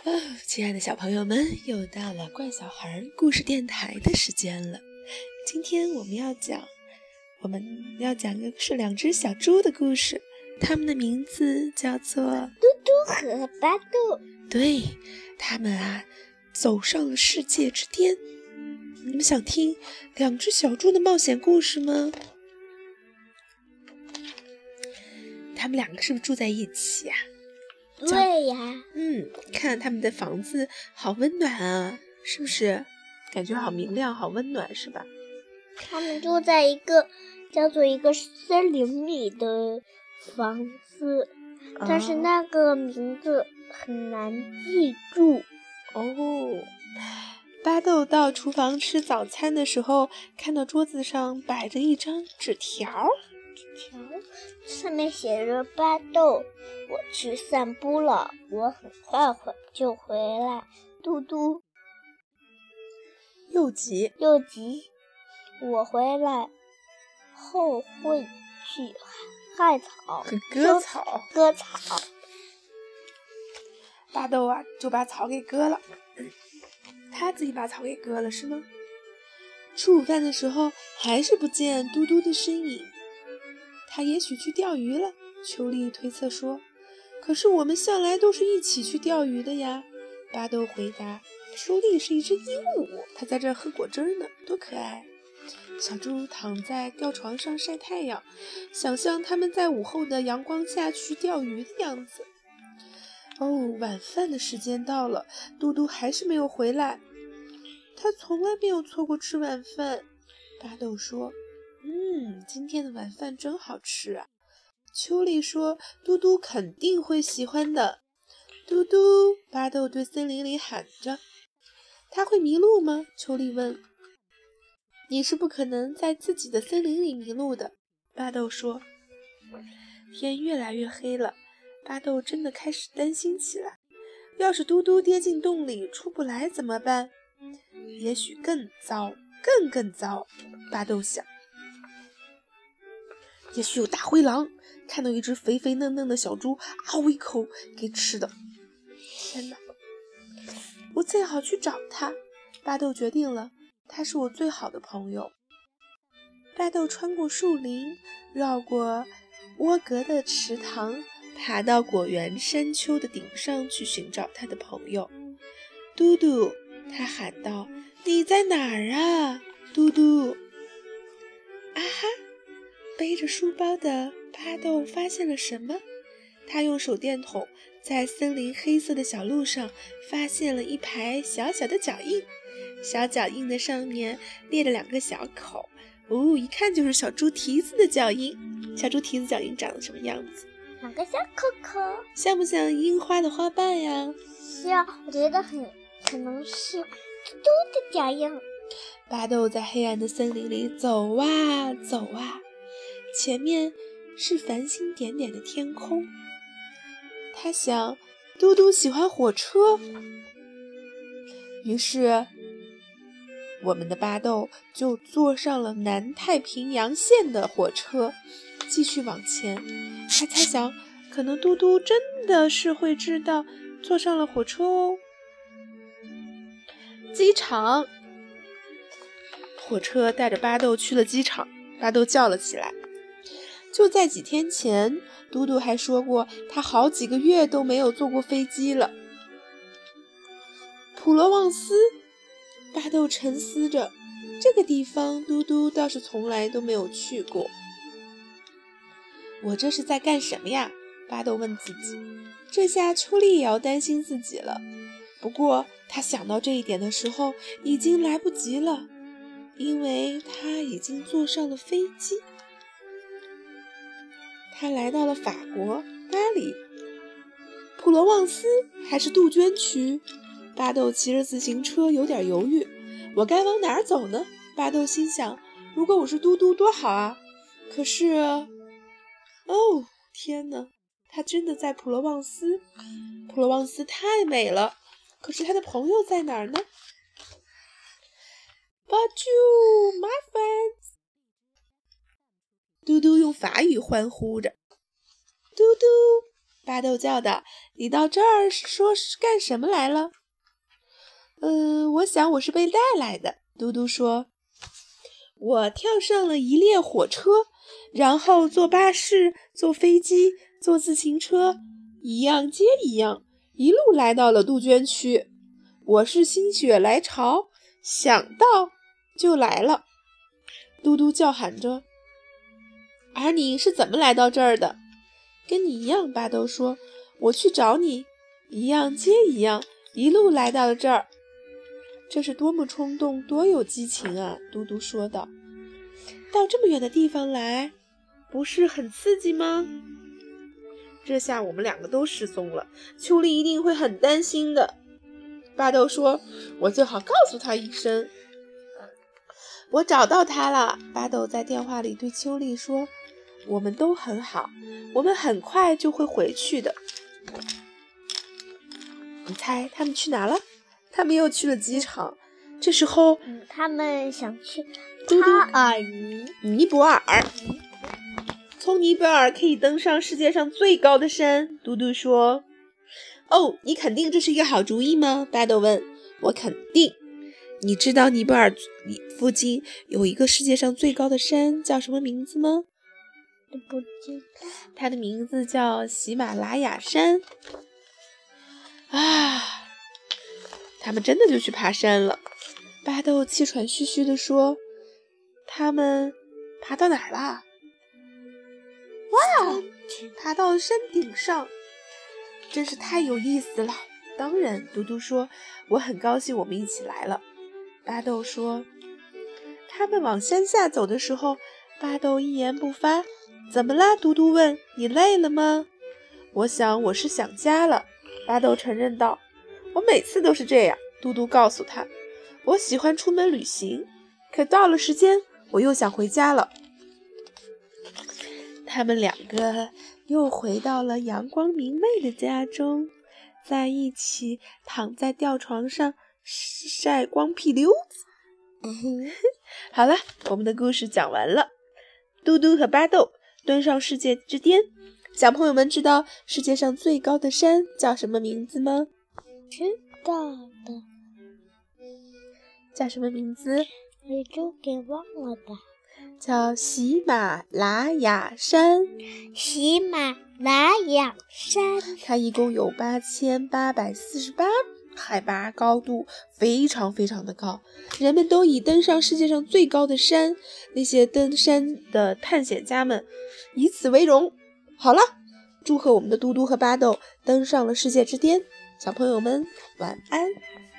亲爱的小朋友们，又到了怪小孩故事电台的时间了。今天我们要讲的是2只小猪的故事，它们的名字叫做嘟嘟和巴豆。 对，它们走上了世界之巅。你们想听2只小猪的冒险故事吗？他们2个是不是住在一起呀？ 对呀， 看他们的房子好温暖啊，是不是？感觉好明亮，好温暖，是吧？ 他们住在一个叫做一个森林里的房子，但是那个名字很难记住。 巴豆到厨房吃早餐的时候，看到桌子上摆着一张纸条， 上面写着：巴豆，我去散步了，我很快就回来。嘟嘟， 又急， 我回来后会去害草、 割草。巴豆就把草给割了，他自己把草给割了是吗？吃午饭的时候还是不见嘟嘟的身影，他也许去钓鱼了，秋丽推测说。可是我们向来都是一起去钓鱼的呀，巴豆回答。秋丽是一只鹦鹉，它在这儿喝果汁呢，多可爱。小猪躺在吊床上晒太阳，想象他们在午后的阳光下去钓鱼的样子。晚饭的时间到了，嘟嘟还是没有回来。他从来没有错过吃晚饭。巴豆说，今天的晚饭真好吃啊。秋丽说，嘟嘟肯定会喜欢的。嘟嘟，巴豆对森林里喊着。他会迷路吗？秋丽问。你是不可能在自己的森林里迷路的，巴豆说。天越来越黑了，巴豆真的开始担心起来。要是嘟嘟跌进洞里出不来怎么办？也许更糟，更糟，巴豆想。也许有大灰狼，看到一只肥肥嫩嫩的小猪，嗷一口给吃的。天哪！我最好去找他。巴豆决定了，他是我最好的朋友。巴豆穿过树林，绕过窝格的池塘，爬到果园山丘的顶上去寻找他的朋友。嘟嘟，他喊道，你在哪儿啊，嘟嘟？啊哈！背着书包的巴豆发现了什么？他用手电筒在森林黑色的小路上发现了一排小小的脚印，小脚印的上面裂着2个小口，一看就是小猪蹄子的脚印。小猪蹄子脚印长得什么样子 ？2个小口口， 像不像樱花的花瓣呀？ 像，我觉得可能是嘟嘟的脚印。 巴豆在黑暗的森林里走啊走啊，前面是繁星点点的天空。他想，嘟嘟喜欢火车，于是我们的巴豆就坐上了南太平洋线的火车，继续往前。他猜想，可能嘟嘟真的是会知道坐上了火车哦。机场，火车带着巴豆去了机场，巴豆叫了起来。就在几天前，嘟嘟还说过他好几个月都没有坐过飞机了。普罗旺斯，巴豆沉思着，这个地方嘟嘟倒是从来都没有去过。我这是在干什么呀？巴豆问自己。这下秋丽也要担心自己了。不过他想到这一点的时候已经来不及了，因为他已经坐上了飞机。他来到了法国巴黎。普罗旺斯还是杜鹃区？巴豆骑着自行车有点犹豫，我该往哪儿走呢？巴豆心想，如果我是嘟嘟多好啊。可是天哪，他真的在普罗旺斯。普罗旺斯太美了，可是他的朋友在哪儿呢？ Bonjour, my friends。 嘟嘟用法语欢呼着。嘟嘟， 巴豆叫道，你到这儿是干什么来了？我想我是被带来的。嘟嘟说，我跳上了一列火车，然后坐巴士，坐飞机，坐自行车，一样接一样，一路来到了杜鹃区。我是心血来潮，想到就来了。嘟嘟叫喊着。而你是怎么来到这儿的？跟你一样，巴豆说，我去找你，一样接一样，一路来到了这儿。这是多么冲动，多有激情啊！嘟嘟说道。到这么远的地方来，不是很刺激吗？这下我们两个都失踪了，秋丽一定会很担心的。巴豆说，我最好告诉他一声。我找到他了，巴豆在电话里对秋丽说，我们都很好，我们很快就会回去的。你猜他们去哪了？他们又去了机场。这时候， 他们想去尼泊尔。从尼泊尔可以登上世界上最高的山，嘟嘟说。哦，你肯定这是一个好主意吗？巴豆问。我肯定。你知道尼泊尔附近有一个世界上最高的山叫什么名字吗？ 不知道。 它的名字叫喜马拉雅山。他们真的就去爬山了。巴豆气喘吁吁地说，他们爬到哪儿了？哇，爬到了山顶上，真是太有意思了。当然，嘟嘟说，我很高兴我们一起来了。巴豆说，他们往山下走的时候，巴豆一言不发。怎么啦？嘟嘟问。你累了吗？我想我是想家了，巴豆承认道。我每次都是这样，嘟嘟告诉他。我喜欢出门旅行，可到了时间，我又想回家了。他们两个又回到了阳光明媚的家中，在一起躺在吊床上晒光屁溜子。好了，我们的故事讲完了。嘟嘟和巴豆登上世界之巅。小朋友们知道世界上最高的山叫什么名字吗？ 知道的。 叫什么名字？ 你就给忘了吧。 叫喜马拉雅山。 喜马拉雅山， 它一共有8848海拔，高度非常非常的高。人们都以登上世界上最高的山，那些登山的探险家们以此为荣。好了，祝贺我们的嘟嘟和巴豆登上了世界之巅。小朋友们晚安。